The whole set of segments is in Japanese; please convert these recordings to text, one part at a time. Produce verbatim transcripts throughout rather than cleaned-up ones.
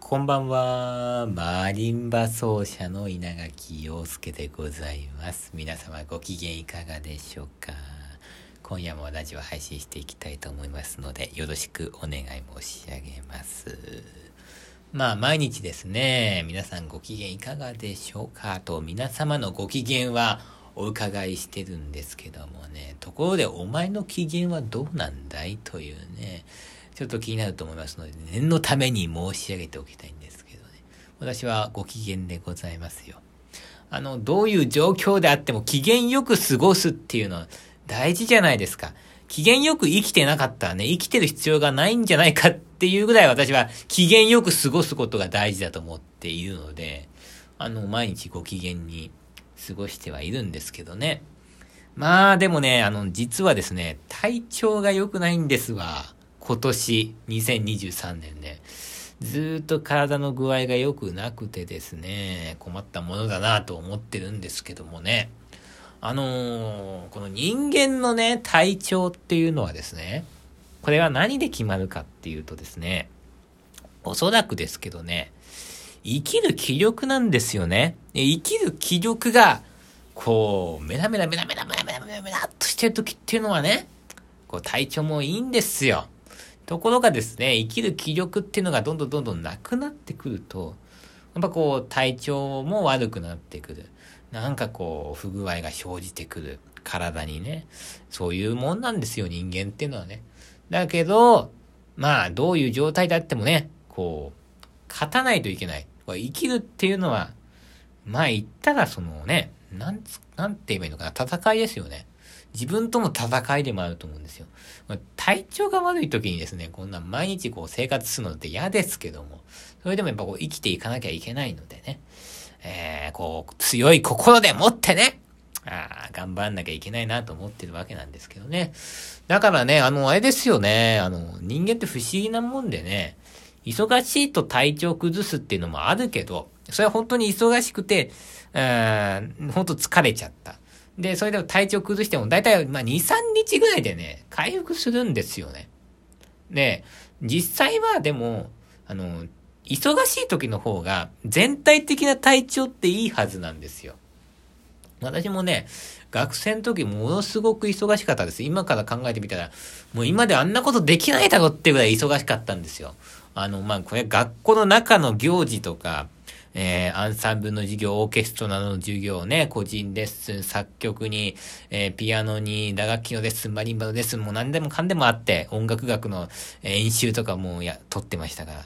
こんばんは。マリンバ奏者の稲垣陽介でございます。皆様ご機嫌いかがでしょうか。今夜もラジオ配信していきたいと思いますので、よろしくお願い申し上げます。まあ毎日ですね、皆さんご機嫌いかがでしょうかと、皆様のご機嫌はお伺いしてるんですけどもね、ところでお前の機嫌はどうなんだいというね、ちょっと気になると思いますので、念のために申し上げておきたいんですけどね。私はご機嫌でございますよ。あの、どういう状況であっても機嫌よく過ごすっていうのは大事じゃないですか。機嫌よく生きてなかったらね、生きてる必要がないんじゃないかっていうぐらい私は機嫌よく過ごすことが大事だと思っているので、あの、毎日ご機嫌に過ごしてはいるんですけどね。まあでもね、あの、実はですね、体調が良くないんですわ。今年、にせんにじゅうさんねんね。ずーっと体の具合が良くなくてですね、困ったものだなと思ってるんですけどもね。あのー、この人間のね、体調っていうのはですね、これは何で決まるかっていうとですね、おそらくですけどね、生きる気力なんですよね。生きる気力が、こう、メラメラメラメラメラメラメラメラっとしてる時っていうのはね、こう体調もいいんですよ。ところがですね、生きる気力っていうのがどんどんどんどんなくなってくると、やっぱこう体調も悪くなってくる。なんかこう不具合が生じてくる。体にね。そういうもんなんですよ、人間っていうのはね。だけど、まあどういう状態であってもね、こう、勝たないといけない。生きるっていうのは、まあ言ったらそのね、なんつ、なんて言えばいいのかな、戦いですよね。自分との戦いでもあると思うんですよ。体調が悪い時にですね、こんな毎日こう生活するのって嫌ですけども、それでもやっぱこう生きていかなきゃいけないのでね、えー、こう強い心でもってね、あ頑張んなきゃいけないなと思ってるわけなんですけどね。だからね、あの、あれですよね、あの、人間って不思議なもんでね、忙しいと体調崩すっていうのもあるけど、それは本当に忙しくて、うーん、本当疲れちゃった。で、それでも体調崩しても、だいたいまあに、さんにちぐらいでね、回復するんですよね。で、実際はでも、あの、忙しい時の方が、全体的な体調っていいはずなんですよ。私もね、学生の時ものすごく忙しかったです。今から考えてみたら、もう今であんなことできないだろってぐらい忙しかったんですよ。あの、まあ、これ学校の中の行事とか、えー、アンサンブルの授業、オーケストラの授業ね、個人レッスン、作曲に、えー、ピアノに、打楽器のレッスン、マリンバのレッスンも何でもかんでもあって、音楽学の演習とかもや、取ってましたから、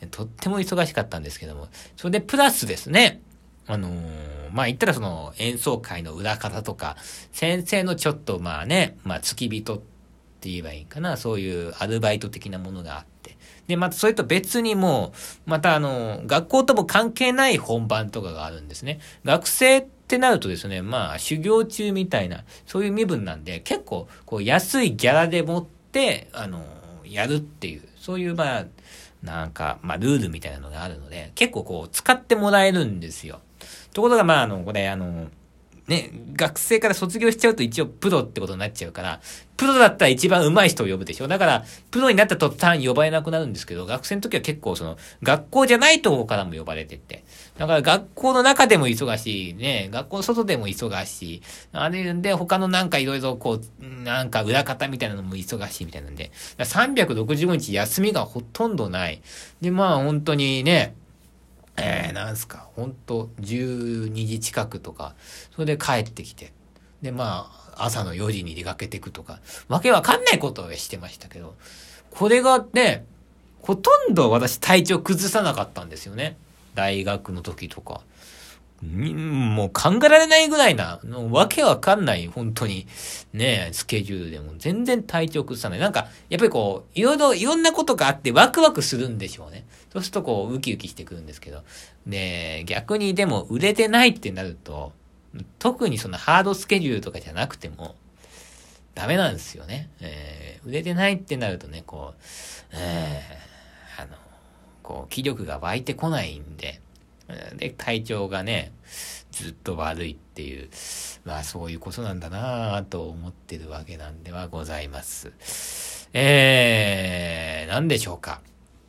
とっても忙しかったんですけども、それでプラスですね、あのー、まあ、言ったらその演奏会の裏方とか、先生のちょっとまあね、まあ、付き人って言えばいいかな、そういうアルバイト的なものがあって、で、またそれと別にもう、またあの、学校とも関係ない本番とかがあるんですね。学生ってなるとですね、まあ、修行中みたいな、そういう身分なんで、結構、こう、安いギャラでもって、あの、やるっていう、そういうまあ、なんか、まあ、ルールみたいなのがあるので、結構こう、使ってもらえるんですよ。ところが、まあ、あの、これ、あの、ね、学生から卒業しちゃうと一応プロってことになっちゃうから、プロだったら一番上手い人を呼ぶでしょ。だから、プロになった途端呼ばれなくなるんですけど、学生の時は結構その、学校じゃないところからも呼ばれてって。だから学校の中でも忙しい、ね、学校の外でも忙しい。あれで、他のなんかいろいろこう、なんか裏方みたいなのも忙しいみたいなんで、さんびゃくろくじゅうごにち休みがほとんどない。で、まあ本当にね、えー、なんすか、ほんと、じゅうにじ近くとか、それで帰ってきて、で、まあ、朝のよじに出かけていくとか、わけわかんないことをしてましたけど、これがね、ほとんど私体調崩さなかったんですよね。大学の時とか。もう考えられないぐらいな、わけわかんない、本当に、ね、スケジュールでも全然体調崩さない。なんか、やっぱりこう、いろいろ、いろんなことがあってワクワクするんでしょうね。そうするとこう、ウキウキしてくるんですけど。で、逆にでも売れてないってなると、特にそのハードスケジュールとかじゃなくても、ダメなんですよね。えー、売れてないってなるとね、こう、えー、あの、こう、気力が湧いてこないんで、で、体調がね、ずっと悪いっていう、まあそういうことなんだなぁと思ってるわけなんではございます。えー、なんでしょうか。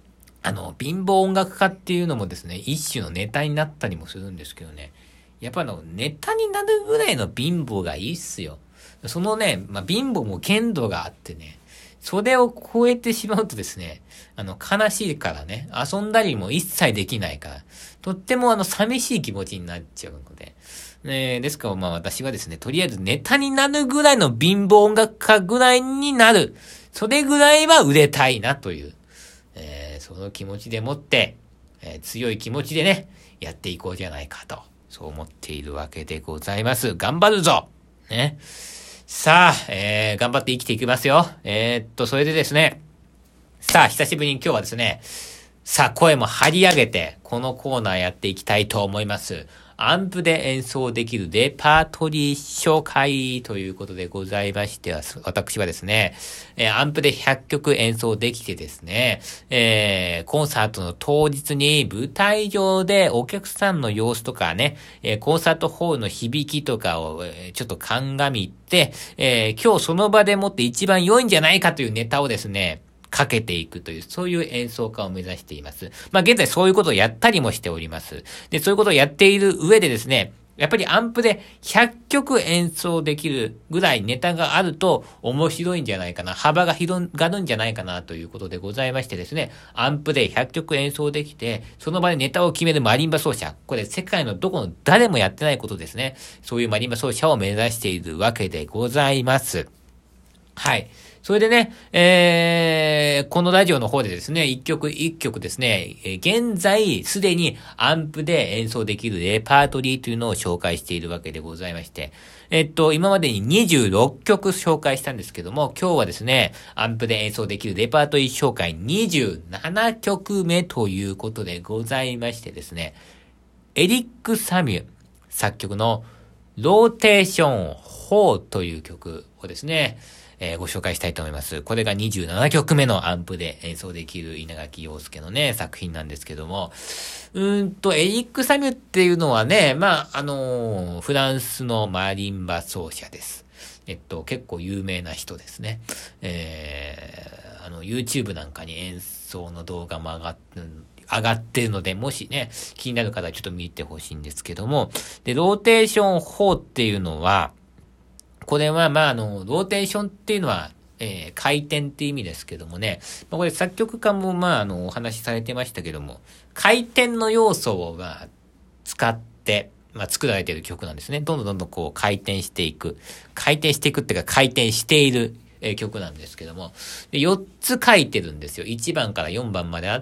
あの、貧乏音楽家っていうのもですね、一種のネタになったりもするんですけどね。やっぱあの、ネタになるぐらいの貧乏がいいっすよ。そのね、まあ、貧乏も限度があってね、それを超えてしまうとですね、あの、悲しいからね、遊んだりも一切できないから、とってもあの、寂しい気持ちになっちゃうので、ね、ですからまあ私はですね、とりあえずネタになるぐらいの貧乏音楽家ぐらいになる。それぐらいは売れたいなという、えー、その気持ちでもって、えー、強い気持ちでね、やっていこうじゃないかと、そう思っているわけでございます。頑張るぞね。さあ、えー、頑張って生きていきますよ。えー、っと、それでですね、さあ、久しぶりに今日はですね、さあ、声も張り上げて、このコーナーやっていきたいと思います。アンプで演奏できるレパートリー紹介ということでございまして、私はですね、えー、アンプでひゃっきょく演奏できてですね、えー、コンサートの当日に舞台上でお客さんの様子とかね、えー、コンサートホールの響きとかを、えー、ちょっと鑑みて、えー、今日その場でもって一番良いんじゃないかというネタをですね、かけていくという、そういう演奏家を目指しています。まあ現在そういうことをやったりもしております。で、そういうことをやっている上でですね、やっぱりアンプでひゃっきょく演奏できるぐらいネタがあると面白いんじゃないかな、幅が広がるんじゃないかなということでございましてですね、アンプでひゃっきょく演奏できて、その場でネタを決めるマリンバ奏者、これ世界のどこの誰もやってないことですね。そういうマリンバ奏者を目指しているわけでございます。はい。それでね、えー、このラジオの方でですね、一曲一曲ですね、えー、現在すでにアンプで演奏できるレパートリーというのを紹介しているわけでございまして、えっと、今までににじゅうろっきょく紹介したんですけども、今日はですね、アンプで演奏できるレパートリー紹介にじゅうななきょくめということでございましてですね、エリック・サミュ作曲のローテーションよんという曲をですね、えー、ご紹介したいと思います。これがにじゅうななきょくめのアンプで演奏できる稲垣陽介のね、作品なんですけども、うーんと、エリック・サミュっていうのはね、まあ、あのー、フランスのマリンバ奏者です。えっと、結構有名な人ですね。えー、あの、YouTube なんかに演奏の動画も上がって、上がってるので、もしね、気になる方はちょっと見てほしいんですけども、で、ローテーションよんっていうのは、これは、まあ、あの、ローテーションっていうのは、えー、回転って意味ですけどもね、まあ、これ作曲家も、まあ、あの、お話しされてましたけども、回転の要素を、まあ、使って、まあ、作られている曲なんですね。どんどんどんどんこう、回転していく。回転していくっていうか、回転している、えー、曲なんですけども、で、よっつ書いてるんですよ。いちばんからよんばんまであって、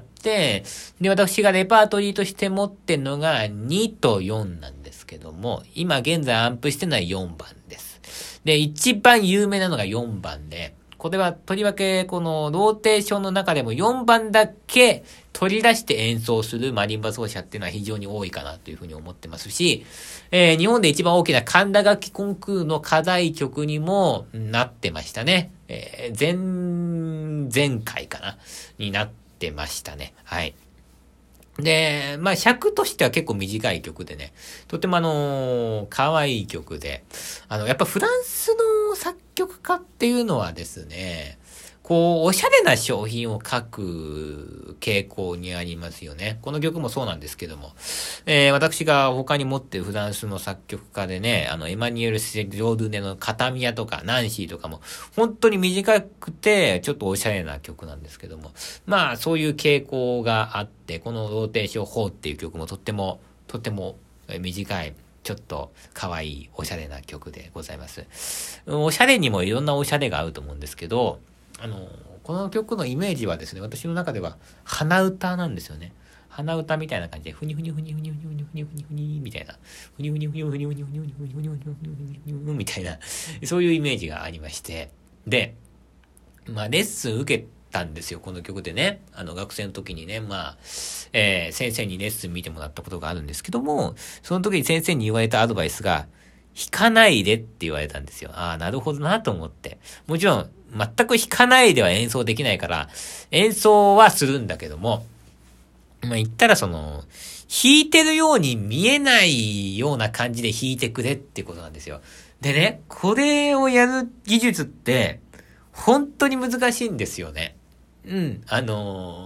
で、私がレパートリーとして持ってるのがにとよんなんですけども、今現在アンプしてるのはよんばんです。で、一番有名なのがよんばんで、これはとりわけこのローテーションの中でもよんばんだけ取り出して演奏するマリンバ奏者っていうのは非常に多いかなというふうに思ってますし、えー、日本で一番大きな神田楽器コンクールの課題曲にもなってましたね。えー、前、前回かなになってましたね。はい。で、まあ尺としては結構短い曲でね、とてもあのー、可愛い曲で、あの、やっぱフランスの作曲家っていうのはですね、こう、おしゃれな商品を書く傾向にありますよね。この曲もそうなんですけども。えー、私が他に持ってるフランスの作曲家でね、あの、エマニュエル・セ・ジョードゥネのカタミヤとかナンシーとかも、本当に短くて、ちょっとおしゃれな曲なんですけども。まあ、そういう傾向があって、このローテーションよんっていう曲もとっても、とっても短い、ちょっと可愛いおしゃれな曲でございます。おしゃれにもいろんなおしゃれが合うと思うんですけど、あの、この曲のイメージはですね、私の中では鼻歌なんですよね。鼻歌みたいな感じで、ふにふにふにふにふにふにふにふにふにみたいな、ふにふにふにふにふにふにふにふにふにふにふにふにみたいな、そういうイメージがありまして、で、まあレッスン受けたんですよ、この曲でね。あの学生の時にね、まあ、えー、先生にレッスン見てもらったことがあるんですけども、その時に先生に言われたアドバイスが、弾かないでって言われたんですよ。ああ、なるほどなと思って。もちろん、全く弾かないでは演奏できないから、演奏はするんだけども、まあ言ったらその、弾いてるように見えないような感じで弾いてくれってことなんですよ。でね、これをやる技術って、本当に難しいんですよね。うん、あのー、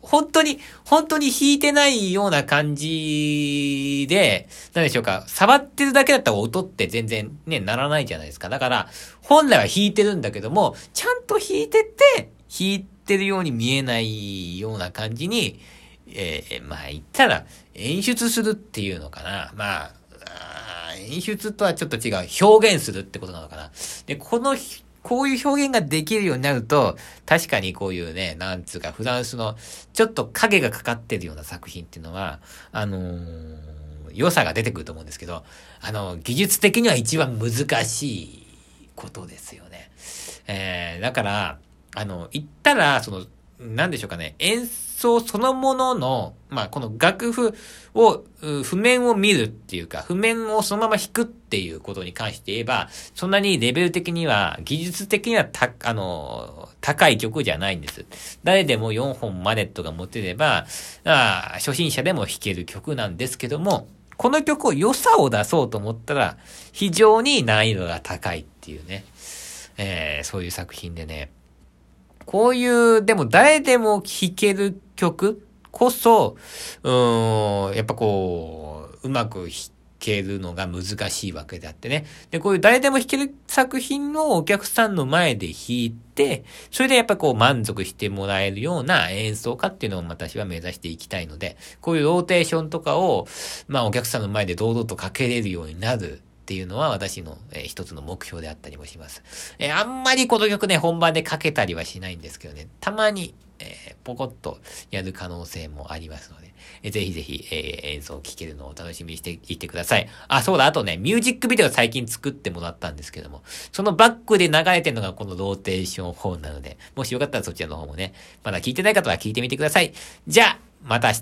本当に、本当に弾いてないような感じで、なんでしょうか、触ってるだけだったら音って全然ね、ならないじゃないですか。だから、本来は弾いてるんだけども、ちゃんと弾いてて、弾いてるように見えないような感じに、えー、まあ言ったら、演出するっていうのかな。まあ、あ演出とはちょっと違う。表現するってことなのかな。で、この、こういう表現ができるようになると、確かにこういうね、なんつうか、フランスのちょっと影がかかってるような作品っていうのは、あのー、良さが出てくると思うんですけど、あの、技術的には一番難しいことですよね。えー、だから、あの、言ったら、その、なんでしょうかね、演奏そのものの、まあ、この楽譜を、譜面を見るっていうか、譜面をそのまま弾くっていうことに関して言えば、そんなにレベル的には、技術的にはた、あの、高い曲じゃないんです。誰でもよんほんマネットが持てれば、あ初心者でも弾ける曲なんですけども、この曲を良さを出そうと思ったら、非常に難易度が高いっていうね、えー、そういう作品でね、こういう、でも誰でも弾ける曲こそ、うーん、やっぱこう、うまく弾けるのが難しいわけであってね。で、こういう誰でも弾ける作品のお客さんの前で弾いて、それでやっぱこう満足してもらえるような演奏家っていうのを私は目指していきたいので、こういうローテーションとかを、まあお客さんの前で堂々とかけれるようになる。っていうのは私の、えー、一つの目標であったりもします。えー、あんまりこの曲ね、本番でかけたりはしないんですけどね、たまに、えー、ポコッとやる可能性もありますので、えー、ぜひぜひ、えー、演奏を聴けるのを楽しみにしていってください。あ、そうだ、あとね、ミュージックビデオ最近作ってもらったんですけども、そのバックで流れてるのがこのローテーションホーンなので、もしよかったらそちらの方もね、まだ聞いてない方は聞いてみてください。じゃあ、また明日。